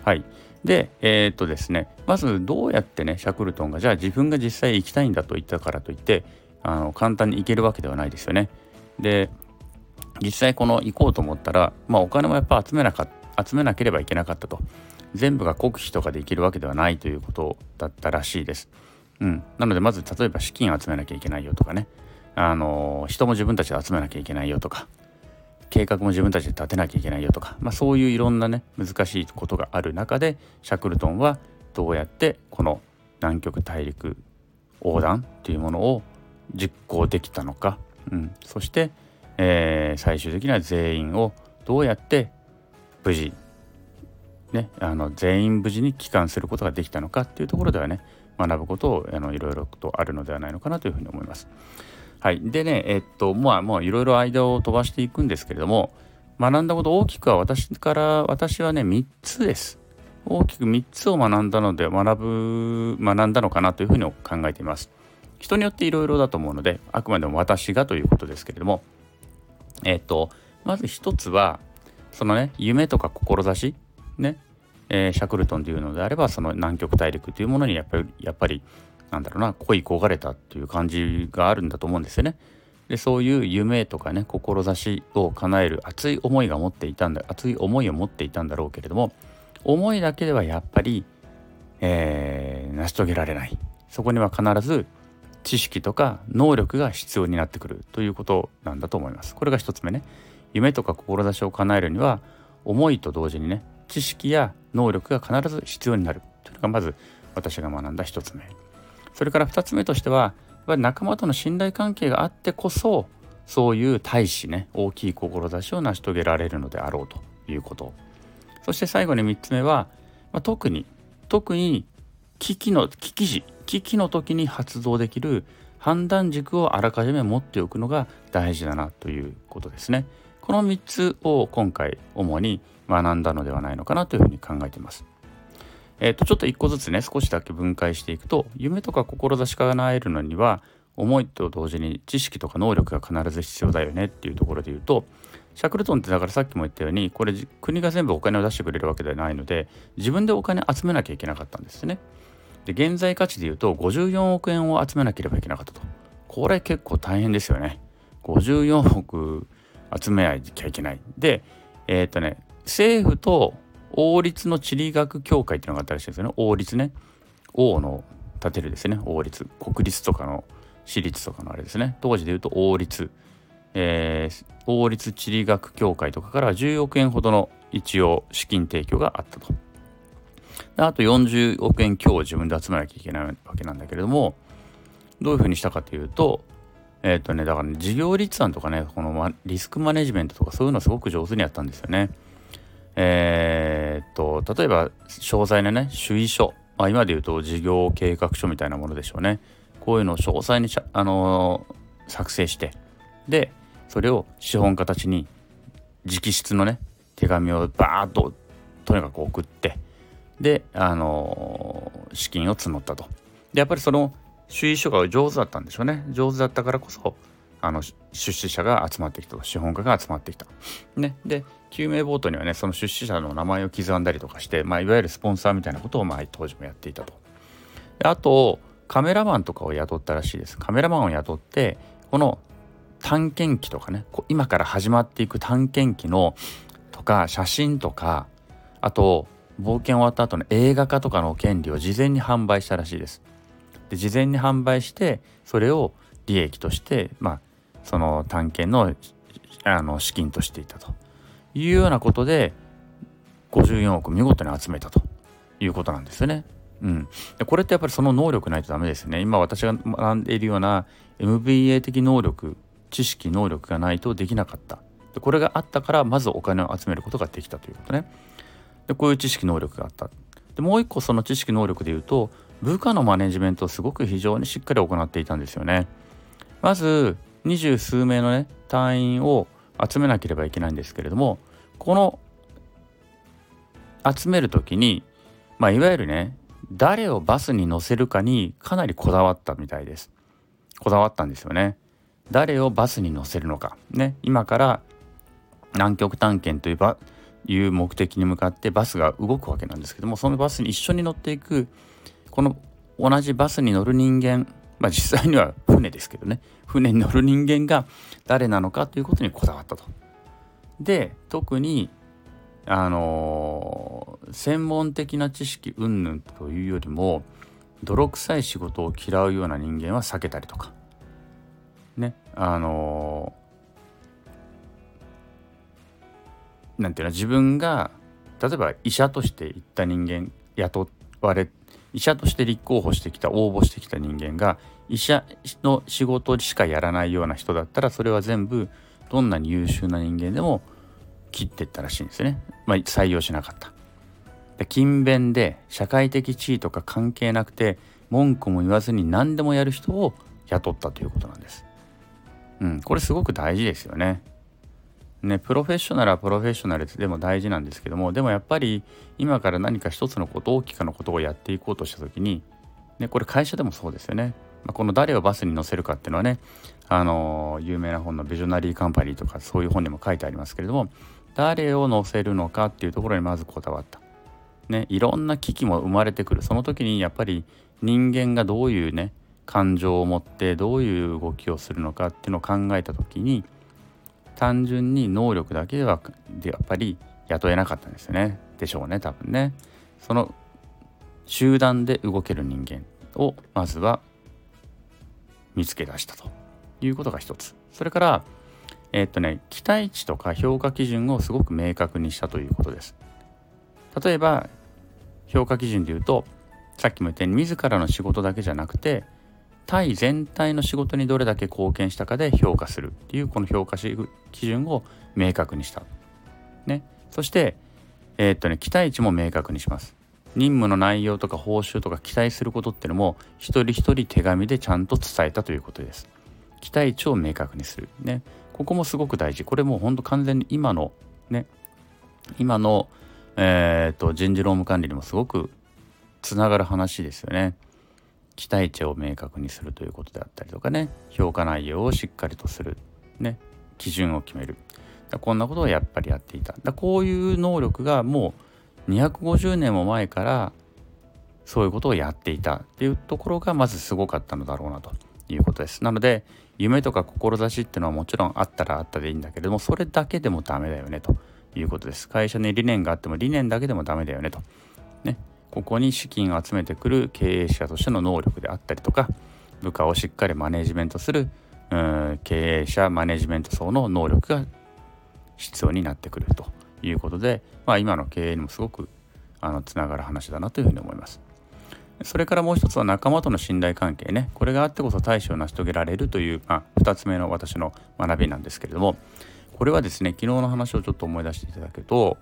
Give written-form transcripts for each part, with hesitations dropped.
はい。で、ですね、まずどうやってね、シャクルトンがじゃあ自分が実際行きたいんだと言ったからといって、簡単に行けるわけではないですよね。で、実際この行こうと思ったら、お金もやっぱ集めなければいけなかったと。全部が国費とかで行けるわけではないということだったらしいです。なのでまず例えば資金集めなきゃいけないよとかね、人も自分たちで集めなきゃいけないよとか、計画も自分たちで立てなきゃいけないよとか、そういういろんなね難しいことがある中で、シャクルトンはどうやってこの南極大陸横断っていうものを実行できたのか、そして、最終的には全員をどうやって無事ね、全員無事に帰還することができたのかっていうところではね、学ぶことをいろいろとあるのではないのかなというふうに思います。はい。でね、もういろいろ間を飛ばしていくんですけれども、学んだこと大きくは私はね、3つです。大きく3つを学んだのかなというふうに考えています。人によっていろいろだと思うので、あくまでも私がということですけれども、まず一つは、そのね、夢とか志、ね、シャクルトンというのであれば、その南極大陸というものにやっぱりなんだろうな、恋焦がれたっていう感じがあるんだと思うんですよね。で、そういう夢とかね、志を叶える熱い思いを持っていたんだろうけれども、思いだけではやっぱり、成し遂げられない。そこには必ず知識とか能力が必要になってくるということなんだと思います。これが一つ目ね。夢とか志を叶えるには、思いと同時にね、知識や能力が必ず必要になるというのがまず私が学んだ一つ目。それから2つ目としては、やっぱり仲間との信頼関係があってこそ、そういう大志ね、大きい志を成し遂げられるのであろうということ。そして最後に3つ目は、特に危機の時に発動できる判断軸をあらかじめ持っておくのが大事だなということですね。この3つを今回主に学んだのではないのかなというふうに考えています。ちょっと一個ずつね、少しだけ分解していくと、夢とか志が叶えるのには、思いと同時に知識とか能力が必ず必要だよねっていうところで言うと、シャクルトンってだからさっきも言ったように、これ国が全部お金を出してくれるわけではないので、自分でお金集めなきゃいけなかったんですね。で、現在価値で言うと54億円を集めなければいけなかったと。これ結構大変ですよね。54億集めなきゃいけない。で、政府と王立の地理学協会っていうのがあったらしいですよね。王立ね。王の建てるですね。王立。国立とかの私立とかのあれですね。当時で言うと王立。王立地理学協会とかから10億円ほどの一応資金提供があったと。あと40億円強を自分で集めなきゃいけないわけなんだけれども、どういうふうにしたかというと、だからね、事業立案とかね、このリスクマネジメントとかそういうのすごく上手にやったんですよね。例えば詳細なね、主意書、今で言うと事業計画書みたいなものでしょうね。こういうのを詳細に作成して、でそれを資本家たちに直筆のね手紙をバーッととにかく送って、で資金を募ったと。でやっぱりその主意書が上手だったんでしょうね。上手だったからこそ出資者が集まってきたと、資本家が集まってきた、ね、で救命ボートにはね、その出資者の名前を刻んだりとかして、いわゆるスポンサーみたいなことを当時もやっていたと。であとカメラマンとかを雇ったらしいです。カメラマンを雇って、この探検機とかね、今から始まっていく探検機のとか写真とか、あと冒険終わった後の映画化とかの権利を事前に販売したらしいです。で事前に販売して、それを利益として、その探検の資金としていたというようなことで、54億見事に集めたということなんですよね。でこれってやっぱりその能力ないとダメですね。今私が学んでいるような MBA 的能力、知識能力がないとできなかった。でこれがあったからまずお金を集めることができたということね。でこういう知識能力があった。でもう一個その知識能力でいうと、部下のマネジメントをすごく非常にしっかり行っていたんですよね。まず20数名のね隊員を集めなければいけないんですけれども、この集めるときに、いわゆるね、誰をバスに乗せるかにかなりこだわったみたいです。こだわったんですよね。誰をバスに乗せるのかね。今から南極探検といういう目的に向かってバスが動くわけなんですけども、そのバスに一緒に乗っていくこの同じバスに乗る人間、実際には船ですけどね、船に乗る人間が誰なのかということにこだわったと。で特に専門的な知識云々というよりも泥臭い仕事を嫌うような人間は避けたりとかね、なんていうの、自分が例えば医者として行った人間、医者として立候補してきた応募してきた人間が医者の仕事しかやらないような人だったら、それは全部どんなに優秀な人間でも切っていったらしいんですね。採用しなかった。で勤勉で社会的地位とか関係なくて文句も言わずに何でもやる人を雇ったということなんです。これすごく大事ですよね。プロフェッショナルはプロフェッショナルでも大事なんですけども、でもやっぱり今から何か一つのこと、大きなことをやっていこうとした時に、これ会社でもそうですよね。この誰をバスに乗せるかっていうのはね、有名な本のビジョナリーカンパニーとかそういう本にも書いてありますけれども、誰を乗せるのかっていうところにまずこだわった。いろんな危機も生まれてくる。その時にやっぱり人間がどういう感情を持ってどういう動きをするのかっていうのを考えた時に、単純に能力だけではやっぱり雇えなかったんですよね。でしょうね、多分ね。その集団で動ける人間をまずは見つけ出したということが一つ。それから期待値とか評価基準をすごく明確にしたということです。例えば評価基準でいうと、さっきも言ったように自らの仕事だけじゃなくて対全体の仕事にどれだけ貢献したかで評価するっていう、この評価基準を明確にした。そして期待値も明確にします。任務の内容とか報酬とか期待することっていうのも一人一人手紙でちゃんと伝えたということです。期待値を明確にするここもすごく大事。これもう本当完全に今の人事労務管理にもすごくつながる話ですよね。期待値を明確にするということであったりとか評価内容をしっかりとする基準を決める。こんなことをやっぱりやっていた。こういう能力がもう250年も前からそういうことをやっていたっていうところがまずすごかったのだろうなということです。なので夢とか志っていうのはもちろんあったらあったでいいんだけれども、それだけでもダメだよねということです。会社に理念があっても理念だけでもダメだよねとここに資金を集めてくる経営者としての能力であったりとか、部下をしっかりマネジメントする経営者マネジメント層の能力が必要になってくるということで、今の経営にもすごくつながる話だなというふうに思います。それからもう一つは仲間との信頼関係これがあってこそ大志を成し遂げられるという、2つ目の私の学びなんですけれども、これはですね、昨日の話をちょっと思い出していただくと、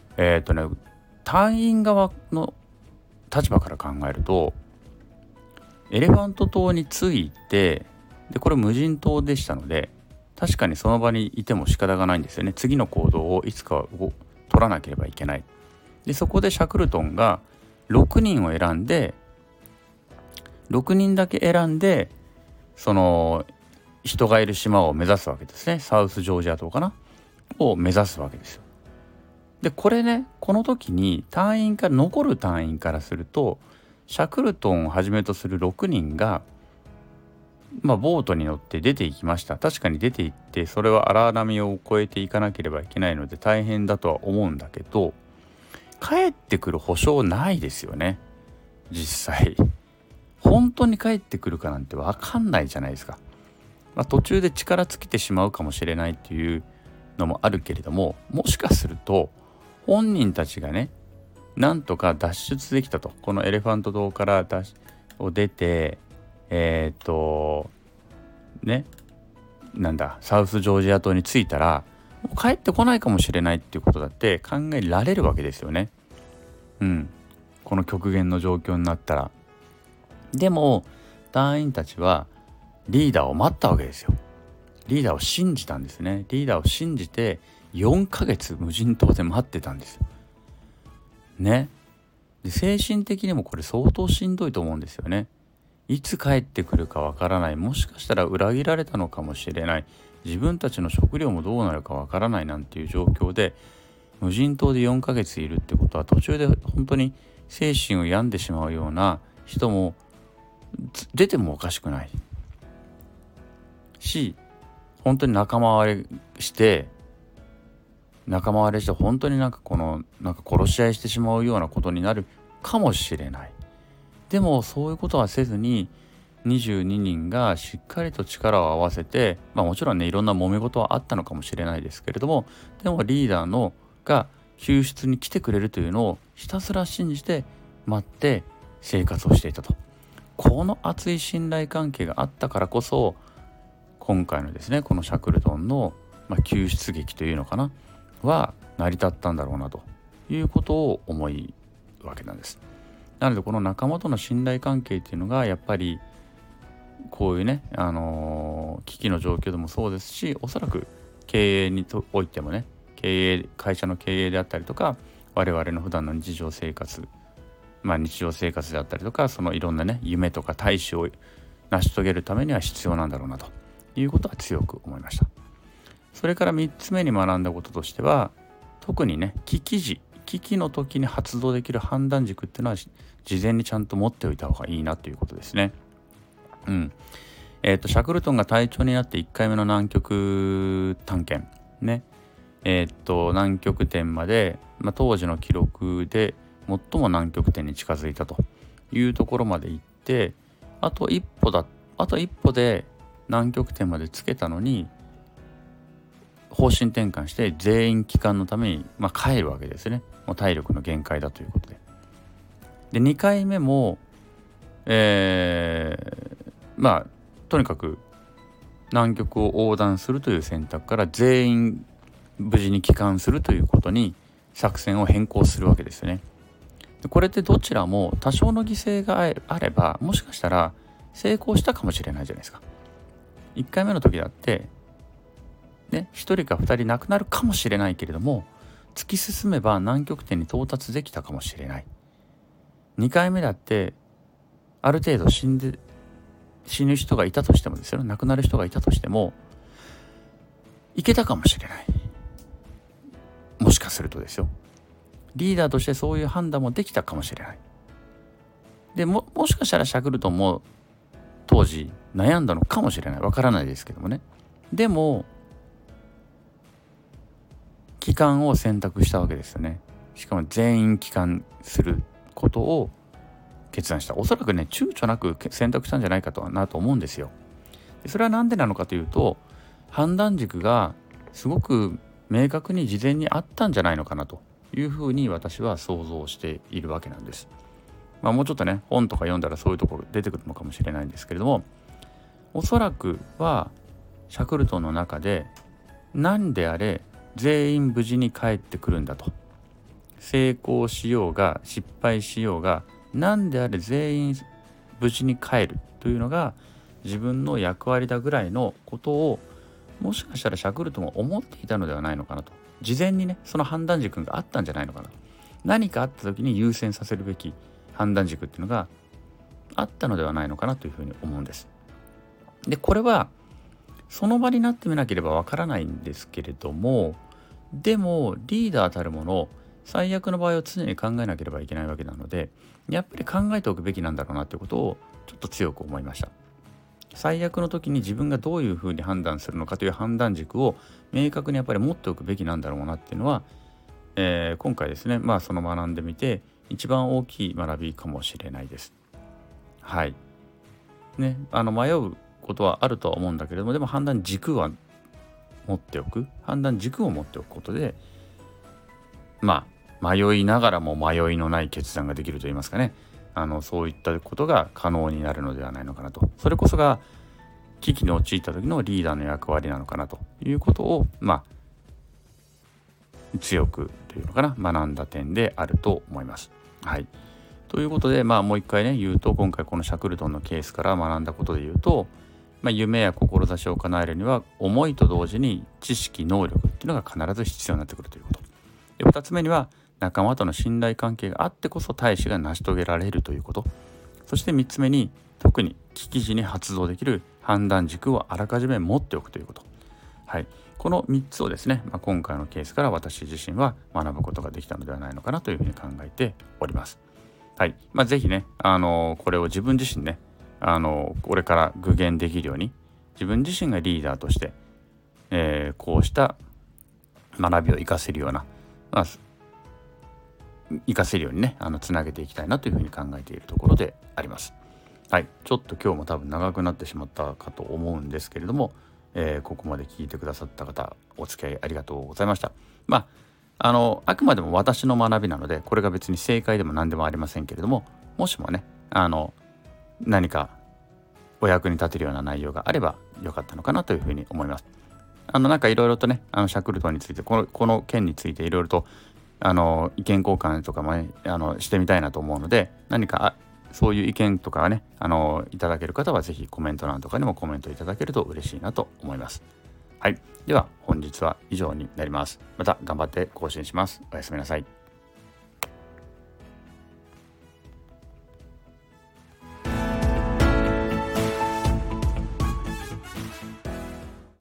隊員側の立場から考えると、エレファント島に着いて、これ無人島でしたので、確かにその場にいても仕方がないんですよね。次の行動をいつかは取らなければいけない。でそこでシャクルトンが6人を選んで、6人だけ選んでその人がいる島を目指すわけですね。サウスジョージア島かなを目指すわけですよ。でこれこの時に残る隊員からすると、シャクルトンをはじめとする6人がボートに乗って出ていきました。確かに出て行って、それは荒波を越えていかなければいけないので大変だとは思うんだけど、帰ってくる保証ないですよね。実際本当に帰ってくるかなんて分かんないじゃないですか。途中で力尽きてしまうかもしれないっていうのもあるけれども、もしかすると本人たちがなんとか脱出できたと。このエレファント島から出てサウスジョージア島に着いたらもう帰ってこないかもしれないっていうことだって考えられるわけですよね。この極限の状況になったら。でも隊員たちはリーダーを待ったわけですよ。リーダーを信じたんですね。リーダーを信じて4ヶ月無人島で待ってたんですよ。で精神的にもこれ相当しんどいと思うんですよね。いつ帰ってくるかわからない。もしかしたら裏切られたのかもしれない。自分たちの食料もどうなるかわからないなんていう状況で無人島で4ヶ月いるってことは、途中で本当に精神を病んでしまうような人も出てもおかしくないし、本当に仲間割れして本当になんか殺し合いしてしまうようなことになるかもしれない。でもそういうことはせずに22人がしっかりと力を合わせて、もちろんねいろんな揉め事はあったのかもしれないですけれども、でもリーダーが救出に来てくれるというのをひたすら信じて待って生活をしていたと。この熱い信頼関係があったからこそ、今回のですねこのシャクルトンの、救出劇というのかなは成り立ったんだろうなということを思うわけなんです。なのでこの仲間との信頼関係っていうのがやっぱりこういうね、危機の状況でもそうですし、おそらく経営においてもね、会社の経営であったりとか、我々の普段の日常生活であったりとか、そのいろんなね夢とか大志を成し遂げるためには必要なんだろうなということは強く思いました。それから3つ目に学んだこととしては、特にね危機の時に発動できる判断軸っていうのは事前にちゃんと持っておいた方がいいなということですね。シャクルトンが隊長になって1回目の南極探検ね、南極点まで、当時の記録で最も南極点に近づいたというところまで行って、あと一歩で南極点までつけたのに方針転換して全員帰還のために、帰るわけですね。もう体力の限界だということで、2回目もとにかく南極を横断するという選択から全員無事に帰還するということに作戦を変更するわけですよね。これってどちらも多少の犠牲があればもしかしたら成功したかもしれないじゃないですか。1回目の時だってね、1人か2人亡くなるかもしれないけれども、突き進めば南極点に到達できたかもしれない。2回目だってある程度死ぬ人がいたとしてもですよ、亡くなる人がいたとしてもいけたかもしれない。もしかするとですよ、リーダーとしてそういう判断もできたかもしれない。でもしかしたらシャクルトンも当時悩んだのかもしれない。わからないですけどもね。でも帰還を選択したわけですよね。しかも全員帰還することを決断した。おそらくね躊躇なく選択したんじゃないかと思うんですよ。でそれは何でなのかというと、判断軸がすごく明確に事前にあったんじゃないのかなというふうに私は想像しているわけなんです。もうちょっとね本とか読んだらそういうところ出てくるのかもしれないんですけれども、おそらくはシャクルトンの中で何であれ全員無事に帰ってくるんだと、成功しようが失敗しようが何であれ全員無事に帰るというのが自分の役割だぐらいのことをもしかしたらシャクルトンは思っていたのではないのかなと。事前にねその判断軸があったんじゃないのかな。何かあった時に優先させるべき判断軸っていうのがあったのではないのかなというふうに思うんです。でこれはその場になってみなければわからないんですけれども、でもリーダーたるもの最悪の場合を常に考えなければいけないわけなので、やっぱり考えておくべきなんだろうなということをちょっと強く思いました。最悪の時に自分がどういうふうに判断するのかという判断軸を明確にやっぱり持っておくべきなんだろうなっていうのは、今回ですねその学んでみて一番大きい学びかもしれないです。はいね、迷うことはあるとは思うんだけれども、でも判断軸を持っておくことで迷いながらも迷いのない決断ができるといいますかね、そういったことが可能になるのではないのかなと。それこそが危機に陥った時のリーダーの役割なのかなということを強くというのかな学んだ点であると思います。はい。ということでもう一回ね言うと、今回このシャクルトンのケースから学んだことで言うと、夢や志を叶えるには思いと同時に知識能力っていうのが必ず必要になってくるということ。で2つ目には仲間との信頼関係があってこそ大志が成し遂げられるということ。そして3つ目に特に危機時に発動できる判断軸をあらかじめ持っておくということ。はい、ここの3つをですね、今回のケースから私自身は学ぶことができたのではないのかなというふうに考えております。はい。ぜひね、これを自分自身ね、これから具現できるように、自分自身がリーダーとして、こうした学びを活かせるような、活かせるようにね、つなげていきたいなというふうに考えているところであります。はい。ちょっと今日も多分長くなってしまったかと思うんですけれども、ここまで聞いてくださった方、お付き合いありがとうございました。あくまでも私の学びなので、これが別に正解でも何でもありませんけれども、もしもね、何かお役に立てるような内容があればよかったのかなというふうに思います。なんかいろいろとね、シャクルトンについて、この件についていろいろと、意見交換とかもね、してみたいなと思うので、何かそういう意見とかね、いただける方はぜひコメント欄とかにもコメントいただけると嬉しいなと思います。はい。では本日は以上になります。また頑張って更新します。おやすみなさい。